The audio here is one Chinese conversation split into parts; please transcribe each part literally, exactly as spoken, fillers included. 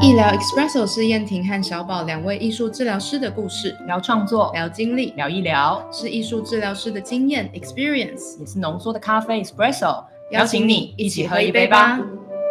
医疗 Espresso 是燕婷和小宝两位艺术治疗师的故事， 聊创作， 聊经历， 聊医疗， 是艺术治疗师的经验 experience， 也是浓缩的咖啡 Espresso， 邀请你一起喝一杯吧。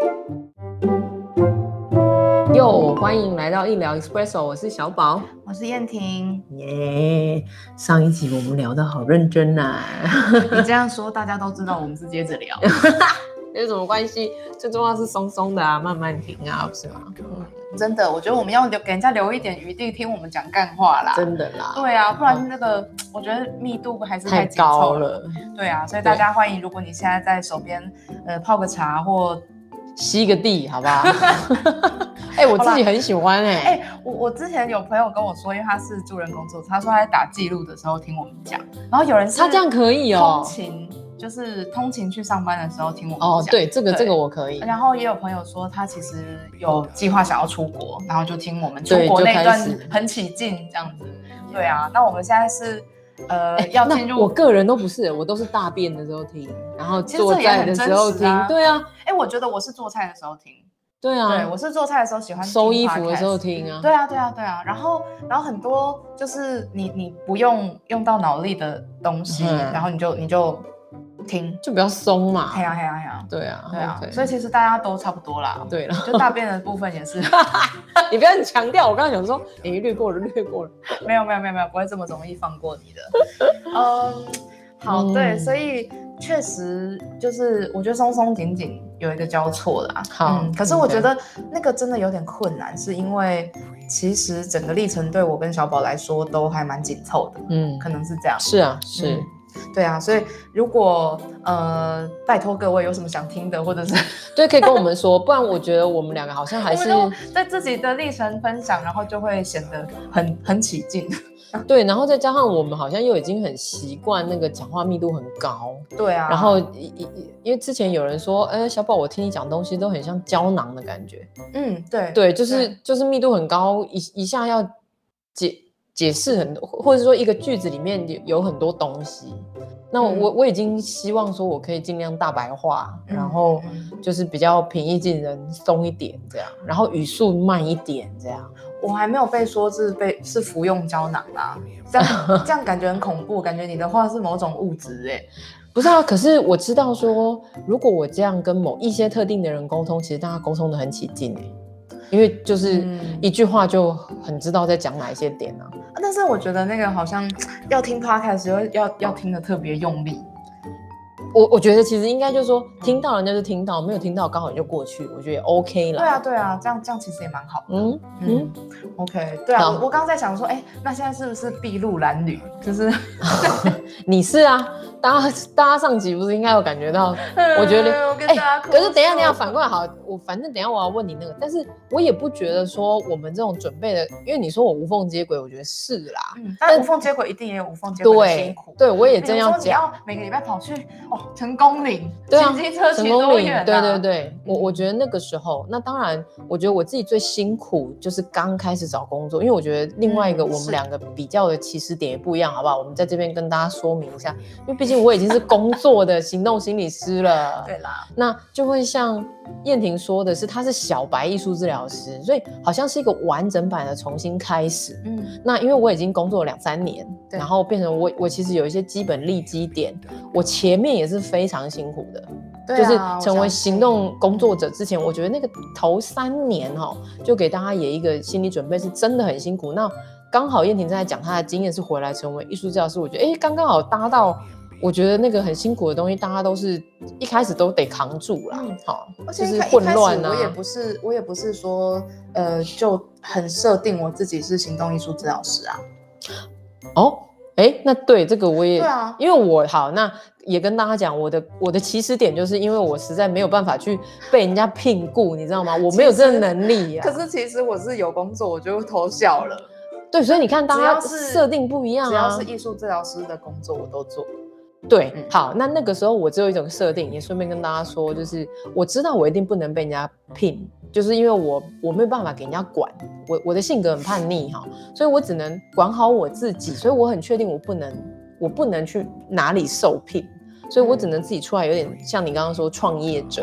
哟，欢迎来到医疗 Espresso， 我是小宝， 我是燕婷。 耶、yeah, 上一集我们聊得好认真啊！ 你这样说，大家都知道我们是接着聊。 有什么关系？最重要是松松的啊，慢慢听啊，不是吗？ 嗯，真的，我觉得我们要留给人家留一点余地，听我们讲干话啦。 真的啦。 对啊，不然那个、嗯、我觉得密度还是太紧凑了。对啊，所以大家欢迎，如果你现在在手边呃泡个茶或吸个地，好不好？哎、欸，我自己很喜欢哎、欸。 哎、欸，我我之前有朋友跟我说，因为他是助人工作，他说他在打记录的时候听我们讲，然后有人是他这样可以哦， 通勤就是通勤去上班的时候听我们讲。 哦，对，这个这个我可以。 然后也有朋友说他其实有计划想要出国，然后就听我们出国那段很起劲这样子。对啊，那我们现在是。呃，欸、要进入。 我个人都不是，我都是大便的时候听，然后做菜的时候听。 啊对啊， 哎、欸，我觉得我是做菜的时候听。 对啊， 对，我是做菜的时候喜欢听收衣服的时候听啊。 对啊，对啊，对啊。然后，然后很多就是你你不用用到脑力的东西，嗯、然后你就你就听， 就比较松嘛。 嘿呀嘿呀嘿呀。 对啊， 对啊。 okay. 所以其实大家都差不多啦。 对了， 就大便的部分也是。 你不要很强调，我刚才想说，哎、欸，略过了，略过了。 没有没有没有没有，不会这么容易放过你的。嗯，好，嗯、对，所以确实就是我觉得松松紧紧有一个交错啦。 好、 嗯，可是我觉得那个真的有点困难，是因为其实整个历程对我跟小宝来说都还蛮紧凑的。嗯，可能是这样。 是啊，是。嗯， 对啊，所以如果呃，拜托各位有什么想听的，或者是对，可以跟我们说，不然我觉得我们两个好像还是在自己的历程分享，然后就会显得很很起劲。 对，然后再加上我们好像又已经很习惯那个讲话密度很高。 对啊， 然后因为之前有人说，哎，小宝，我听你讲东西都很像胶囊的感觉。 嗯，对， 对，就是就是密度很高，一一下要解解释很多，或者说一个句子里面有有很多东西。那我、嗯、我已经希望说我可以尽量大白话，嗯、然后就是比较平易近人，松一点这样，然后语速慢一点这样。 我还没有被说是被是服用胶囊啦，这样这样感觉很恐怖，感觉你的话是某种物质哎、欸。 不是啊，可是我知道说，如果我这样跟某一些特定的人沟通，其实大家沟通得很起劲哎、欸。因为就是一句话就很知道在讲哪一些点啊、嗯、 但是我觉得那个好像要听 podcast 要要要听得特别用力。 我我觉得其实应该就是说听到人家就听到，没有听到刚好就过去，我觉得也 OK 啦。 对啊对啊，这样这样其实也蛮好的。嗯嗯 OK 对啊，我我刚刚在想说，哎、欸，那现在是不是筚路蓝缕？就是你是啊，大家大家上集不是应该有感觉到？我觉得哎、欸，可是等一下等一下反过来好，我反正等一下我要问你那个，但是我也不觉得说我们这种准备的，因为你说我无缝接轨，我觉得是啦。 嗯，但无缝接轨一定也有无缝接轨的辛苦。 对，对我也真要讲， 你要每个礼拜跑去哦成功岭， 对啊， 骑机车骑多远啊？ 对对对，我我觉得那个时候，那当然，我觉得我自己最辛苦就是刚开始找工作，因为我觉得另外一个、嗯、我们两个比较的起始点也不一样，好不好？我们在这边跟大家说明一下，因为毕竟我已经是工作的行动心理师了。 对啦， 那就会像燕婷说的是，他是小白艺术治疗师，所以好像是一个完整版的重新开始。嗯，那因为我已经工作了两三年，然后变成我我其实有一些基本立基点，我前面也是非常辛苦的。 对啊， 就是成为行动工作者之前，我觉得那个头三年哈、喔，就给大家也一个心理准备，是真的很辛苦。那刚好燕婷在讲她的经验是回来成为艺术治疗师，我觉得哎，刚刚好搭到。我觉得那个很辛苦的东西，大家都是一开始都得扛住啦。嗯，好， 而且就是混乱啊。 我也不是，我也不是说，呃，就很设定我自己是行动艺术治疗师啊。 哦，哎，那对这个我也， 对啊， 因为我好，那也跟大家讲，我的我的起始点就是因为我实在没有办法去被人家聘雇，你知道吗？我没有这个能力啊。 可是其实我是有工作，我就偷笑了。 对，所以你看，大家设定不一样啊。 只要是艺术治疗师的工作，我都做。 对，好，那那个时候我只有一种设定，也顺便跟大家说，就是我知道我一定不能被人家聘，就是因为我我没有办法给人家管，我我的性格很叛逆哈，所以我只能管好我自己，所以我很确定我不能我不能去哪里受聘，所以我只能自己出来，有点像你刚刚说创业者，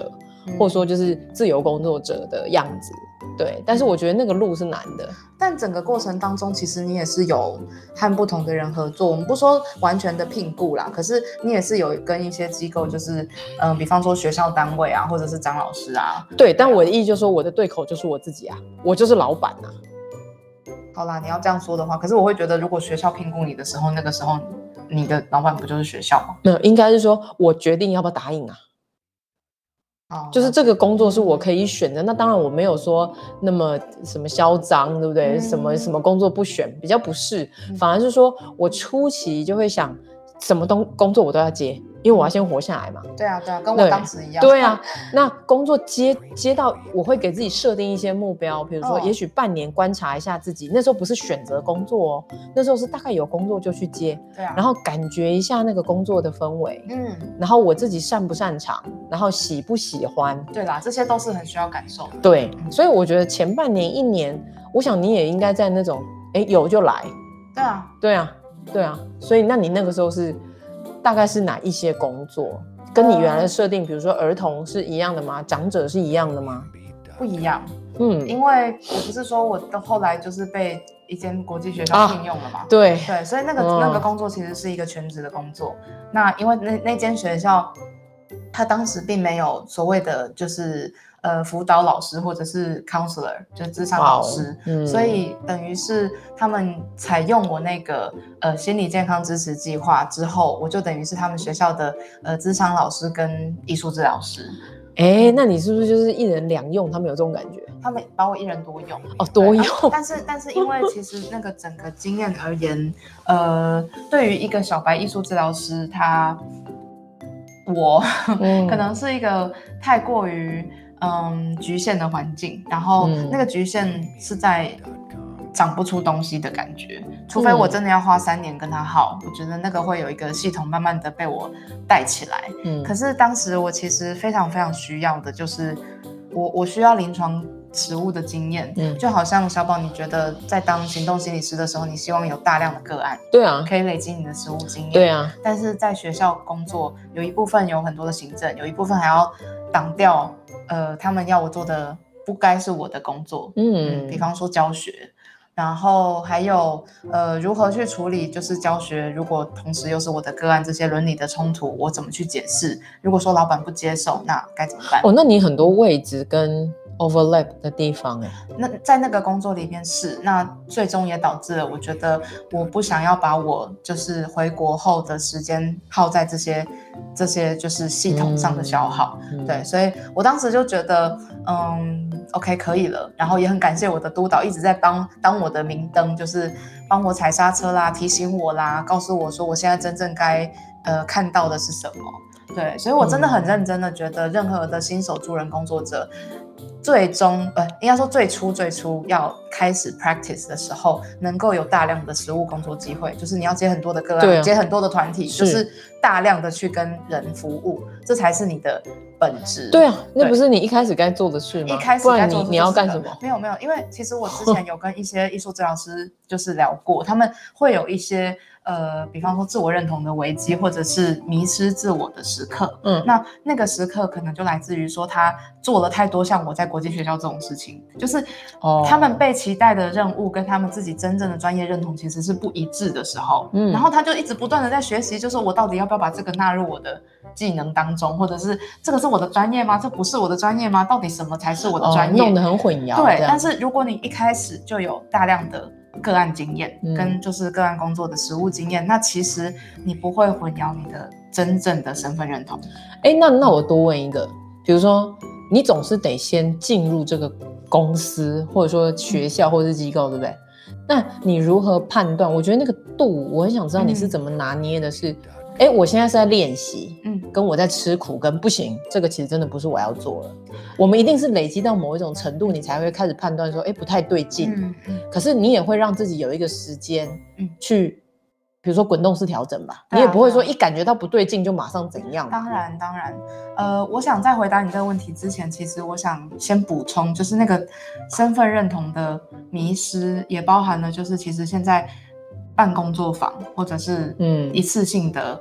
嗯、或者说就是自由工作者的样子。对，但是我觉得那个路是难的。 但整个过程当中，其实你也是有和不同的人合作。我们不说完全的聘雇啦，可是你也是有跟一些机构，就是嗯、呃，比方说学校单位啊，或者是张老师啊。 对，但我的意思就是说，我的对口就是我自己啊，我就是老板啊。 好啦，你要这样说的话，可是我会觉得，如果学校聘雇你的时候，那个时候你的老板不就是学校吗？ 没有，应该是说我决定要不要答应啊。哦、就是这个工作是我可以选的，那当然我没有说那么什么嚣张，对不对？嗯、什么什么工作不选，比较不是，反而是说我初期就会想，什么东工作我都要接，因为我要先活下来嘛。 对啊，对啊，跟我当时一样。 对啊，那工作接接到，我会给自己设定一些目标，比如说，也许半年观察一下自己。哦、那时候不是选择工作哦，那时候是大概有工作就去接， 对啊， 然后感觉一下那个工作的氛围，嗯，然后我自己擅不擅长，然后喜不喜欢。 对啦，这些都是很需要感受的。 对，所以我觉得前半年一年，我想你也应该在那种，哎，有就来。 对啊， 对啊，对啊，所以那你那个时候是大概是哪一些工作？跟你原来的设定，比如说儿童是一样的吗？长者是一样的吗？ 不一样，嗯，因为我不是说我到后来就是被一间国际学校聘用了嘛，啊、 对对，所以那个、嗯、那个工作其实是一个全职的工作。那因为那那间学校，他当时并没有所谓的就是呃辅导老师或者是 counselor， 就是諮商老师， wow, 嗯、所以等于是他们采用我那个呃心理健康支持计划之后，我就等于是他们学校的呃諮商老师跟艺术治疗师。 哎，那你是不是就是一人两用？他们有这种感觉？ 他们把我一人多用哦，多用。 但是但是因为其实那个整个经验而言，呃，对于一个小白艺术治疗师，他我、嗯、可能是一个太过于嗯局限的环境，然后那个局限是在长不出东西的感觉，除非我真的要花三年跟他耗，嗯、我觉得那个会有一个系统慢慢的被我带起来。嗯，可是当时我其实非常非常需要的就是我我需要临床实务的经验。嗯，就好像小宝，你觉得在当行动心理师的时候，你希望有大量的个案， 对啊， 可以累积你的实务经验。 对啊， 但是在学校工作，有一部分有很多的行政，有一部分还要挡掉呃他们要我做的不该是我的工作。嗯，嗯比方说教学。然后还有呃，如何去处理就是教学，如果同时又是我的个案，这些伦理的冲突，我怎么去解释？如果说老板不接受，那该怎么办？ 哦，那你很多位置跟 overlap 的地方哎， 那在那个工作里面是，那最终也导致了我觉得我不想要把我就是回国后的时间耗在这些这些就是系统上的消耗。嗯、对，所以我当时就觉得嗯。OK 可以了，然后也很感谢我的督导一直在帮当我的明灯，就是帮我踩刹车啦，提醒我啦，告诉我说我现在真正该呃看到的是什么。对，所以我真的很认真的觉得，任何的新手助人工作者，最终呃应该说最初最初要开始 practice 的时候，能够有大量的实务工作机会，就是你要接很多的个案，啊、接很多的团体，就是大量的去跟人服务，这才是你的本质。 对啊，那不是你一开始该做的事吗？ 一开始该做的事， 不然你你要干什么？ 没有没有，因为其实我之前有跟一些艺术治疗师就是聊过，他们会有一些呃，比方说自我认同的危机，或者是迷失自我的时刻。嗯，那那个时刻可能就来自于说他做了太多像我在国际学校这种事情，就是他们被期待的任务跟他们自己真正的专业认同其实是不一致的时候。嗯，然后他就一直不断的在学习，就是我到底要不要把这个纳入我的技能当中，或者是这个是我的专业吗？这不是我的专业吗？到底什么才是我的专业？ 哦、弄得很混淆。 对，但是如果你一开始就有大量的个案经验，嗯、跟就是个案工作的实务经验，那其实你不会混淆你的真正的身份认同。 哎，那那我多问一个，比如说你总是得先进入这个公司，或者说学校或者是机构，对不对？那你如何判断？我觉得那个度，我很想知道你是怎么拿捏的是。嗯哎，我现在是在练习，嗯，跟我在吃苦，跟不行，这个其实真的不是我要做了。我们一定是累积到某一种程度，你才会开始判断说，哎，不太对劲。嗯嗯。可是你也会让自己有一个时间，嗯，去，比如说滚动式调整吧。啊、你也不会说一感觉到不对劲就马上怎样。 当然，当然。呃，我想在回答你这个问题之前，其实我想先补充，就是那个身份认同的迷失，也包含了就是其实现在办工作坊或者是一次性的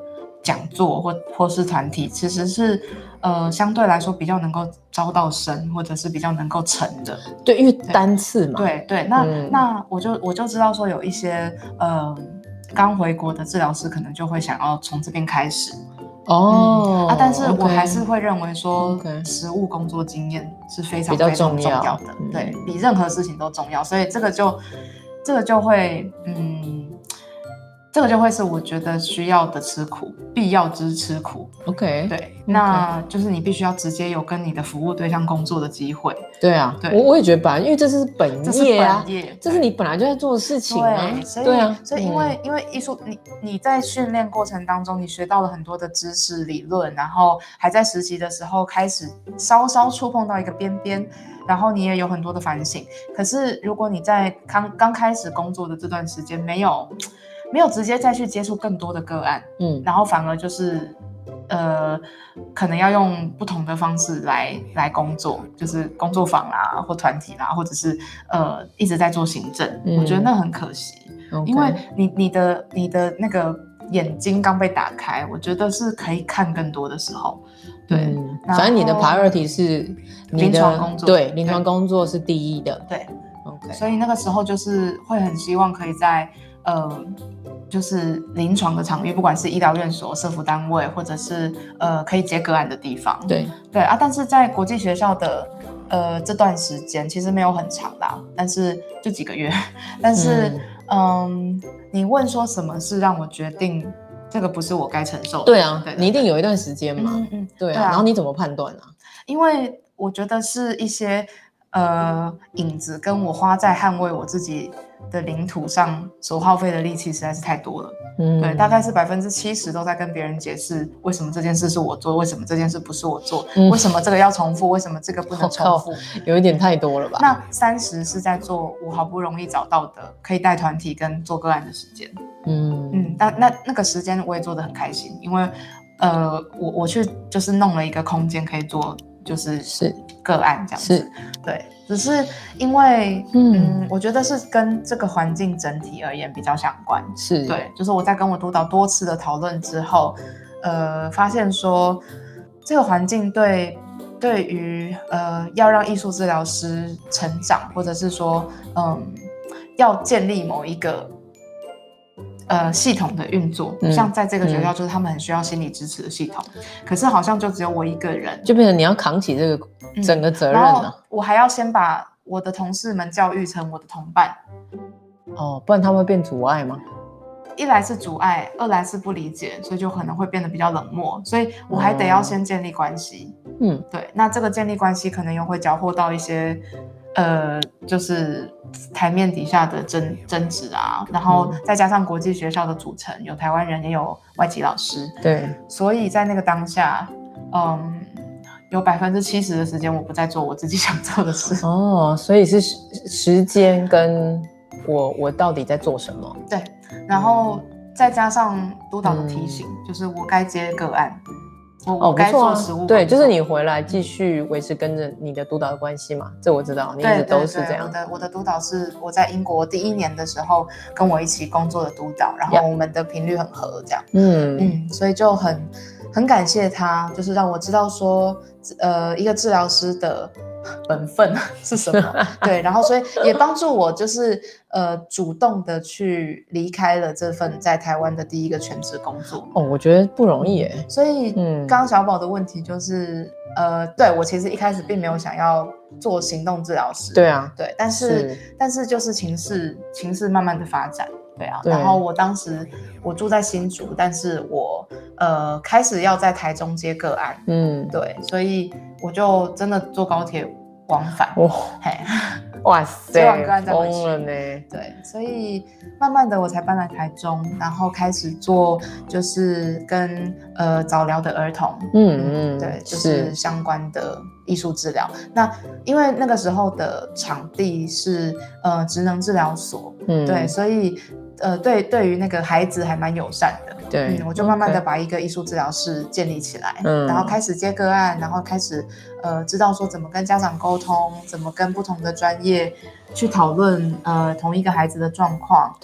讲座或或是团体，其实是呃相对来说比较能够招到生，或者是比较能够成的。 对，因为单次嘛。 对对，那、 嗯、 那我就我就知道说有一些呃刚回国的治疗师可能就会想要从这边开始。 哦、 嗯、啊，但是我 okay, 还是会认为说， okay, 实务工作经验是非常比较非常重要重要的， 嗯、 对比任何事情都重要，所以这个就这个就会嗯。这个就会是我觉得需要的吃苦，必要之吃苦。 OK， 对， okay. 那就是你必须要直接有跟你的服务对象工作的机会。 对啊， 对， 我我也觉得吧，因为这是本业啊， 这是本业， 这是你本来就在做的事情啊。 对，所以对啊， 所以因为、嗯、因为艺术，你你在训练过程当中，你学到了很多的知识理论，然后还在实习的时候开始稍稍触碰到一个边边。然后你也有很多的反省，可是如果你在刚刚开始工作的这段时间没有没有直接再去接触更多的个案，嗯，然后反而就是呃可能要用不同的方式来来工作，就是工作坊啦或团体啦，或者是呃一直在做行政，嗯、我觉得那很可惜， okay. 因为你你的你的那个眼睛刚被打开，我觉得是可以看更多的时候。对、嗯， 反正你的 priority 是你的临床工作， 对，临床工作是第一的， 对 ，OK。 所以那个时候就是会很希望可以在呃，就是临床的场域，不管是医疗院所、社福单位，或者是呃可以接个案的地方， 对对啊。但是在国际学校的呃这段时间其实没有很长啦，但是就几个月。但是嗯、嗯，你问说什么是让我决定？这个不是我该承受的。 对啊， 对对对， 你一定有一段时间嘛。嗯嗯，对啊，对啊。然后你怎么判断啊？ 因为我觉得是一些呃影子，跟我花在捍卫我自己的领土上所耗费的力气实在是太多了。嗯，对，大概是百分之七十都在跟别人解释为什么这件事是我做，为什么这件事不是我做，嗯、为什么这个要重复，为什么这个不能重复， 有一点太多了吧？ 那三十是在做我好不容易找到的可以带团体跟做个案的时间。嗯嗯，那那那个时间我也做得很开心，因为呃，我我去就是弄了一个空间可以做，就是是个案这样子。是，对，只是因为嗯, 嗯，我觉得是跟这个环境整体而言比较相关。是，对，就是我在跟我督导多次的讨论之后，呃，发现说这个环境对对于呃要让艺术治疗师成长，或者是说嗯要建立某一个。呃，系统的运作、嗯，像在这个学校，就是他们很需要心理支持的系统、嗯，可是好像就只有我一个人， 就变成你要扛起这个整个责任了、啊嗯。然后我还要先把我的同事们教育成我的同伴， 哦，不然他们会变阻碍吗？ 一来是阻碍，二来是不理解，所以就可能会变得比较冷漠，所以我还得要先建立关系。嗯，对，那这个建立关系可能又会缴获到一些。呃，就是台面底下的争争执啊，然后再加上国际学校的组成，有台湾人也有外籍老师， 对， 所以在那个当下，嗯，有百分之七十的时间我不在做我自己想做的事。 哦，所以是时间跟我我到底在做什么？ 对，然后再加上督导的提醒，嗯、就是我该接个案。我该做实务、 哦啊、对，就是你回来继续维持跟着你的督导的关系嘛，这我知道，你一直都是这样。 对对对，我的我的督导是我在英国第一年的时候跟我一起工作的督导，然后我们的频率很合，这样，嗯嗯，所以就很很感谢他，就是让我知道说，呃，一个治疗师的本分是什么，对，然后所以也帮助我就是呃主动的去离开了这份在台湾的第一个全职工作。 哦，我觉得不容易耶。 嗯、所以，嗯，刚刚小宝的问题就是，呃，对我其实一开始并没有想要做行动治疗师， 对啊， 对，但是, 是但是就是情势情势慢慢的发展。对啊，对，然后我当时我住在新竹，但是我呃开始要在台中接个案，嗯，对，所以我就真的坐高铁往返，哇，嘿， 哇塞， 接完个案再回去， 疯了呢， 对，所以慢慢的我才搬来台中，然后开始做就是跟呃早疗的儿童，嗯嗯，对，就是相关的艺术治疗。那因为那个时候的场地是呃职能治疗所，嗯，对，所以。呃，对，对于那个孩子还蛮友善的， 对， 嗯，我就慢慢的把一个艺术治疗室建立起来，嗯，然后开始接个案，然后开始呃知道说怎么跟家长沟通，怎么跟不同的专业去讨论呃同一个孩子的状况， 对，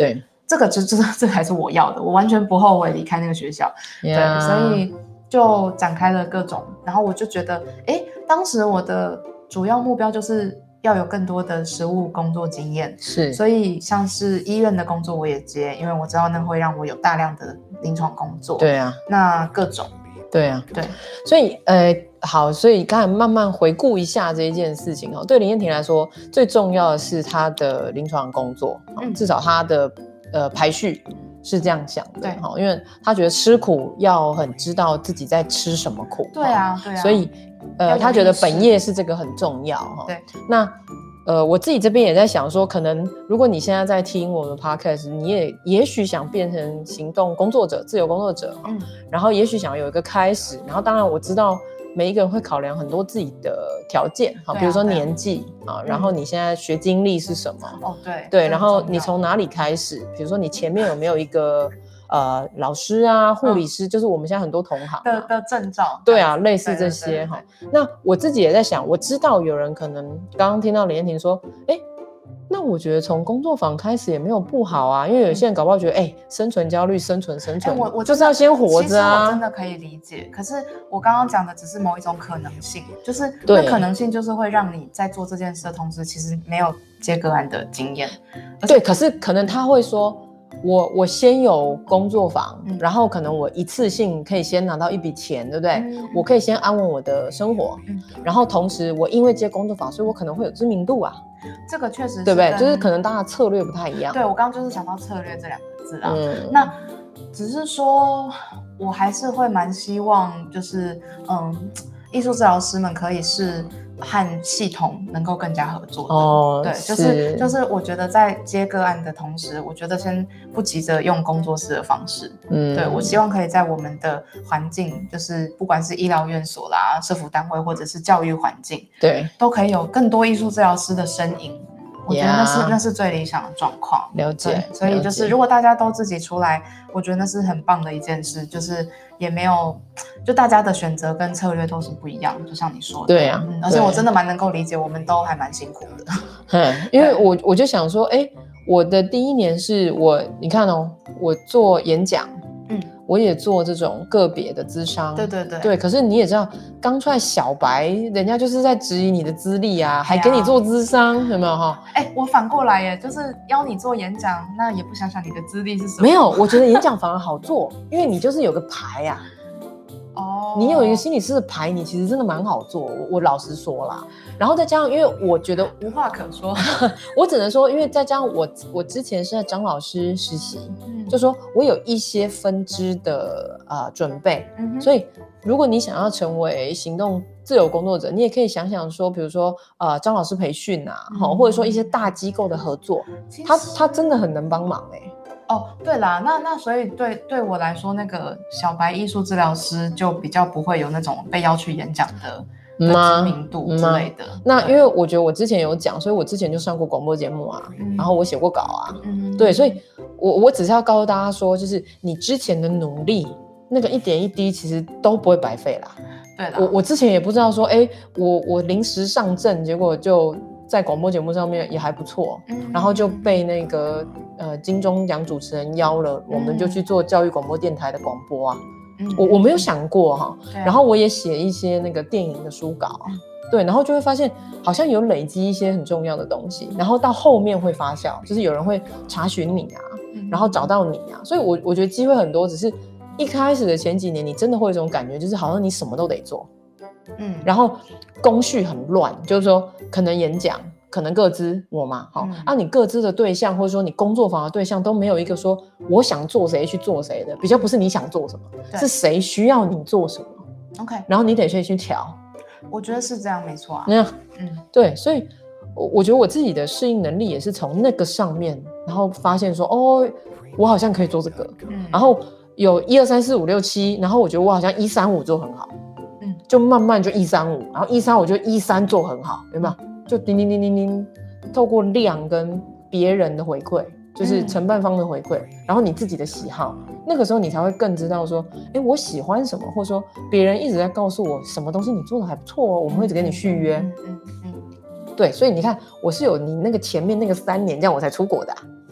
这个就这这才是我要的，我完全不后悔离开那个学校。 Yeah. 对，所以就展开了各种，然后我就觉得，哎，当时我的主要目标就是要有更多的实务工作经验， 是， 所以像是医院的工作我也接，因为我知道那会让我有大量的临床工作。 对啊， 那各种。 对啊， 对， 所以呃，好，所以刚才慢慢回顾一下这一件事情哦。对林燕婷来说，最重要的是她的临床工作，嗯、至少她的呃排序是这样想的， 对， 因为她觉得吃苦要很知道自己在吃什么苦， 对啊，对啊， 所以呃，她觉得本业是这个很重要哈。 对， 那。呃，我自己这边也在想说，可能如果你现在在听我们 podcast， 你也也许想变成行动工作者、自由工作者，嗯，然后也许想有一个开始，然后当然我知道每一个人会考量很多自己的条件，好、啊，比如说年纪啊，啊，然后你现在学经历是什么， 哦，对， 对，然后你从哪里开始，比如说你前面有没有一个。呃，老师啊，护理师，嗯、就是我们现在很多同行、啊、 的的证照， 对啊，类似这些哈。那我自己也在想，我知道有人可能刚刚听到林燕婷说，哎，那我觉得从工作坊开始也没有不好啊，因为有些人搞不好觉得，哎、嗯，生存焦虑，生存生存，我我就是要先活着啊。 其实我真的可以理解，可是我刚刚讲的只是某一种可能性，就是那可能性就是会让你在做这件事的同时，其实没有接个案的经验。 对，可是可能他会说。我我先有工作坊、嗯，然后可能我一次性可以先拿到一笔钱，对不对？嗯、我可以先安稳我的生活、嗯，然后同时我因为接工作坊，所以我可能会有知名度啊。 这个确实是对不对？就是可能大家策略不太一样。 对，我刚刚就是想到策略这两个字啊。嗯、那只是说，我还是会蛮希望，就是嗯，艺术治疗师们可以是。和系统能够更加合作的，哦，对，就是就是我觉得在接个案的同时，我觉得先不急着用工作室的方式，嗯，对，我希望可以在我们的环境，就是不管是医疗院所啦、社福单位或者是教育环境， 对， 都可以有更多艺术治疗师的身影。我觉得那是、yeah. 那是最理想的状况。 了解， 所以就是如果大家都自己出来，我觉得那是很棒的一件事，就是也没有，就大家的选择跟策略都是不一样，就像你说的。 对啊， 嗯、而且我真的蛮能够理解，我们都还蛮辛苦的。 嗯，因为我我就想说，哎，我的第一年是我，你看哦，我做演讲。嗯，我也做这种个别的咨商， 对对对， 对。可是你也知道，刚出来小白，人家就是在质疑你的资历啊，还给你做咨商，有没有哈？ 哎，我反过来耶，就是邀你做演讲，那也不想想你的资历是什么？ 没有，我觉得演讲反而好做，因为你就是有个牌啊。哦，你有一个心理师的牌，你其实真的蛮好做。我, 我老实说啦，然后再加上，因为我觉得无话可说， 我只能说，因为再加上我我之前是在张老师实习，嗯、就说我有一些分支的呃准备、嗯，所以如果你想要成为行动自由工作者，你也可以想想说，比如说呃张老师培训啊，嗯、或者说一些大机构的合作，他他真的很能帮忙哎、欸。 哦，对啦，那那所以对对我来说，那个小白艺术治疗师就比较不会有那种被邀去演讲的、嗯、的知名度之类的。 嗯、那因为我觉得我之前有讲，所以我之前就上过广播节目啊，嗯、然后我写过稿啊，嗯、对，所以我我只是要告诉大家说，就是你之前的努力，那个一点一滴其实都不会白费啦。 对啦， 我我之前也不知道说，哎，我我临时上阵，结果就。在广播节目上面也还不错、嗯，然后就被那个呃金钟奖主持人邀了、嗯，我们就去做教育广播电台的广播啊。嗯、我我没有想过哈、啊，然后我也写一些那个电影的书稿、啊嗯，对，然后就会发现好像有累积一些很重要的东西，然后到后面会发酵，就是有人会查询你啊，嗯、然后找到你啊，所以我我觉得机会很多，只是一开始的前几年你真的会有一种感觉，就是好像你什么都得做。嗯，然后工序很乱，就是说可能演讲，可能个资我嘛，好、嗯，啊，你个资的对象或者说你工作坊的对象都没有一个说我想做谁去做谁的，比较不是你想做什么，是谁需要你做什么 ，OK， 然后你得去去调， 我觉得是这样，没错啊， 那嗯，对，所以我我觉得我自己的适应能力也是从那个上面，然后发现说哦，我好像可以做这个，嗯，然后有一二三四五六七，然后我觉得我好像一三五做很好。就慢慢就一三五，然后一三我就一三做很好，有没有？就叮叮叮叮叮，透过量跟别人的回馈，就是承办方的回馈、嗯，然后你自己的喜好，那个时候你才会更知道说，哎，我喜欢什么，或者说别人一直在告诉我什么东西你做的还不错哦，我们会一直给你续约。嗯嗯嗯，对，所以你看，我是有你那个前面那个三年，这样我才出国的、啊。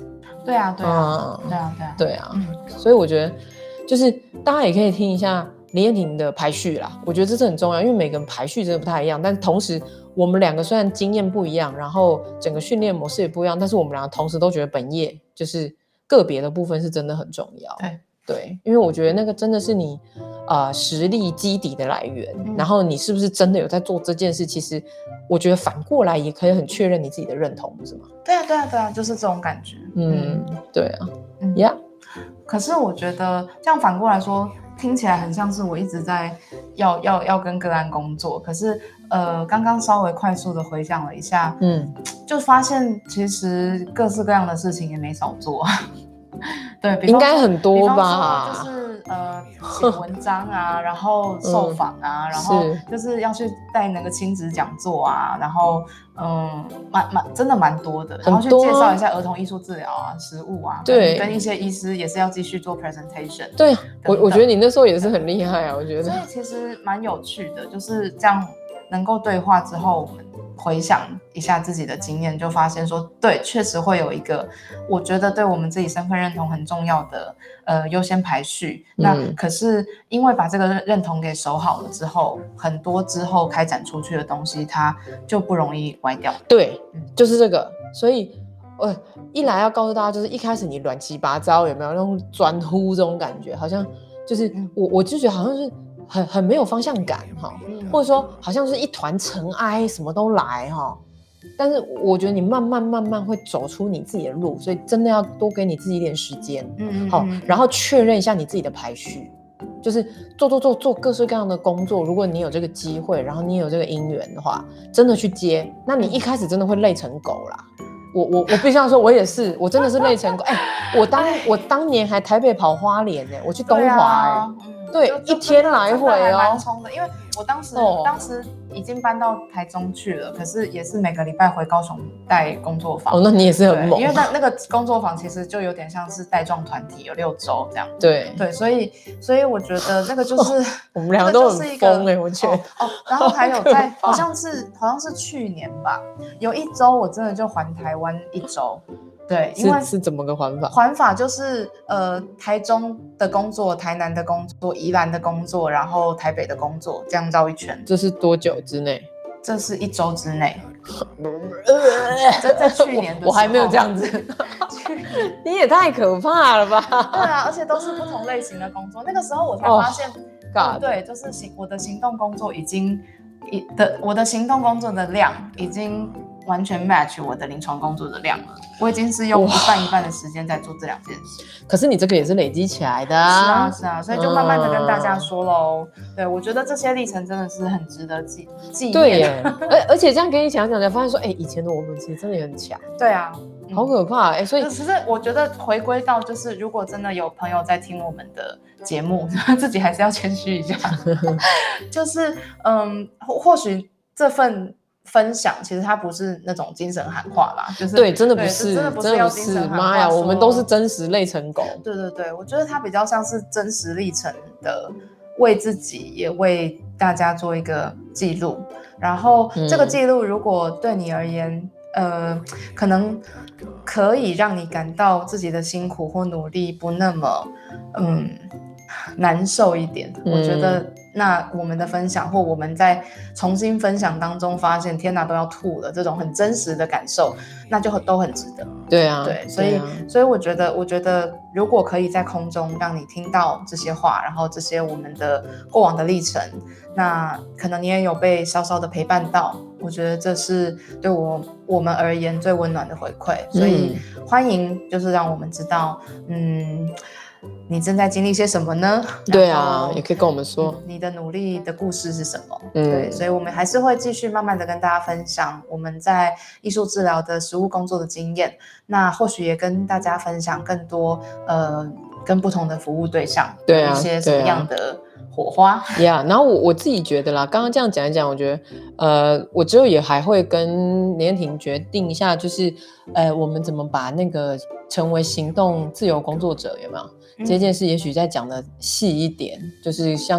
对啊，对啊，嗯、对啊，对啊， 对啊，嗯、所以我觉得就是大家也可以听一下林燕婷的排序啦，我觉得这是很重要，因为每个人排序真的不太一样，但同时我们两个虽然经验不一样，然后整个训练模式也不一样，但是我们两个同时都觉得本业就是个别的部分是真的很重要。 对对，因为我觉得那个真的是你呃实力基底的来源、嗯、然后你是不是真的有在做这件事，其实我觉得反过来也可以很确认你自己的认同，是吗？ 对啊对啊对啊，就是这种感觉。 嗯，嗯对啊嗯呀、 yeah 可是我觉得这样反过来说听起来很像是我一直在要要要跟个案工作，可是呃刚刚稍微快速的回想了一下，嗯，就发现其实各式各样的事情也没少做。对，比应该很多吧， 比方说就是呃写文章啊，然后受访啊、嗯，然后就是要去带那个亲子讲座啊，然后嗯蛮蛮真的蛮多的，然后去介绍一下儿童艺术治疗啊、食物啊，对，跟一些医师也是要继续做 presentation。 对，我我觉得你那时候也是很厉害啊，我觉得。 所以其实蛮有趣的，就是这样能够对话之后，我们回想一下自己的经验，就发现说，对，确实会有一个，我觉得对我们自己身份认同很重要的呃优先排序。嗯、那可是因为把这个认同给守好了之后，很多之后开展出去的东西，它就不容易歪掉。 对，嗯、就是这个。所以，呃，一来要告诉大家，就是一开始你乱七八糟，有没有那种转呼这种感觉，好像就是我我就觉得好像是。很很没有方向感哈，或者说好像是一团尘埃，什么都来哈。但是我觉得你慢慢慢慢会走出你自己的路，所以真的要多给你自己一点时间，嗯好，然后确认一下你自己的排序，就是做做做做各式各样的工作。如果你有这个机会，然后你有这个因缘的话，真的去接。那你一开始真的会累成狗啦。我我我必须要说，我也是，我真的是累成狗。哎、欸，我当我当年还台北跑花莲呢、欸，我去东华哎、欸。对，一天来回哦， 蛮冲的。因为我当时、哦、当时已经搬到台中去了，可是也是每个礼拜回高雄带工作坊。 哦，那你也是很猛。 因为那那个工作坊其实就有点像是带状团体，有六周这样。 对对，所以所以我觉得那个就是、哦、 我们两个都很疯哎、欸，我觉得。 哦, 哦，然后还有在好像是好像是去年吧，有一周我真的就环台湾一周。对，因为是, 是怎么个环法？ 环法就是呃，台中的工作、台南的工作、宜兰的工作，然后台北的工作，这样绕一圈。 这是多久之内？ 这是一周之内。这在去年的时候， 我还没有这样子。你也太可怕了吧？ 对啊，而且都是不同类型的工作。那个时候我才发现， oh, 嗯、对，就是行我的行动工作已经的，我的行动工作的量已经完全 match 我的临床工作的量了。我已经是用一半一半的时间在做这两件事。 可是你这个也是累积起来的啊。 是啊是啊，所以就慢慢的跟大家说喽、嗯。对，我觉得这些历程真的是很值得记纪念。 对耶，而而且这样跟你讲讲，才发现说，哎、欸，以前的我们其实真的也很强。 对啊。 好可怕哎、欸！所以其实我觉得回归到就是，如果真的有朋友在听我们的节目，自己还是要谦虚一下。就是嗯，或许这份分享其实它不是那种精神喊话啦，就是对，真的不是， 真的不是要精神喊话。 妈呀，我们都是真实累成狗。 对对对，我觉得它比较像是真实历程的，为自己也为大家做一个记录。然后这个记录如果对你而言，呃，可能可以让你感到自己的辛苦或努力不那么嗯难受一点、嗯、我觉得那我们的分享或我们在重新分享当中发现天哪都要吐了这种很真实的感受，那就都很值得。 对啊， 对，所以、啊、所以我觉得我觉得如果可以在空中让你听到这些话，然后这些我们的过往的历程，那可能你也有被稍稍的陪伴到，我觉得这是对我我们而言最温暖的回馈，所以欢迎就是让我们知道嗯你正在经历些什么呢？ 对啊，也可以跟我们说、 嗯、你的努力的故事是什么、嗯、对，所以我们还是会继续慢慢的跟大家分享我们在艺术治疗的实务工作的经验，那或许也跟大家分享更多呃跟不同的服务对象对啊一些什么样的火花呀、yeah, 然后我我自己觉得啦，刚刚这样讲一讲，我觉得呃，我之后也还会跟连婷决定一下，就是呃，我们怎么把那个成为行动自由工作者有没有？嗯、这件事也许再讲的细一点，就是像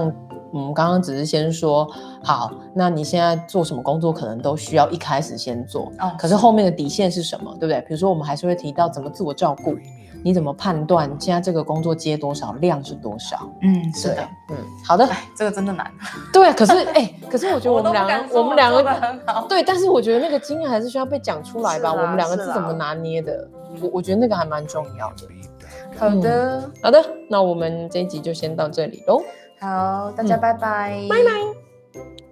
我们刚刚只是先说好，那你现在做什么工作可能都需要一开始先做，哦、可是后面的底线是什么，对不对？比如说我们还是会提到怎么自我照顾，你怎么判断现在这个工作接多少，量是多少？ 嗯，是的， 嗯，好的， 这个真的难。 对，可是哎、欸，可是我觉得我们两个，我们两个很好， 对，但是我觉得那个经验还是需要被讲出来吧。我们两个是怎么拿捏的？我我觉得那个还蛮重要的。 好的、 嗯，好的，那我们这一集就先到这里喽。 好，大家拜拜， 拜拜。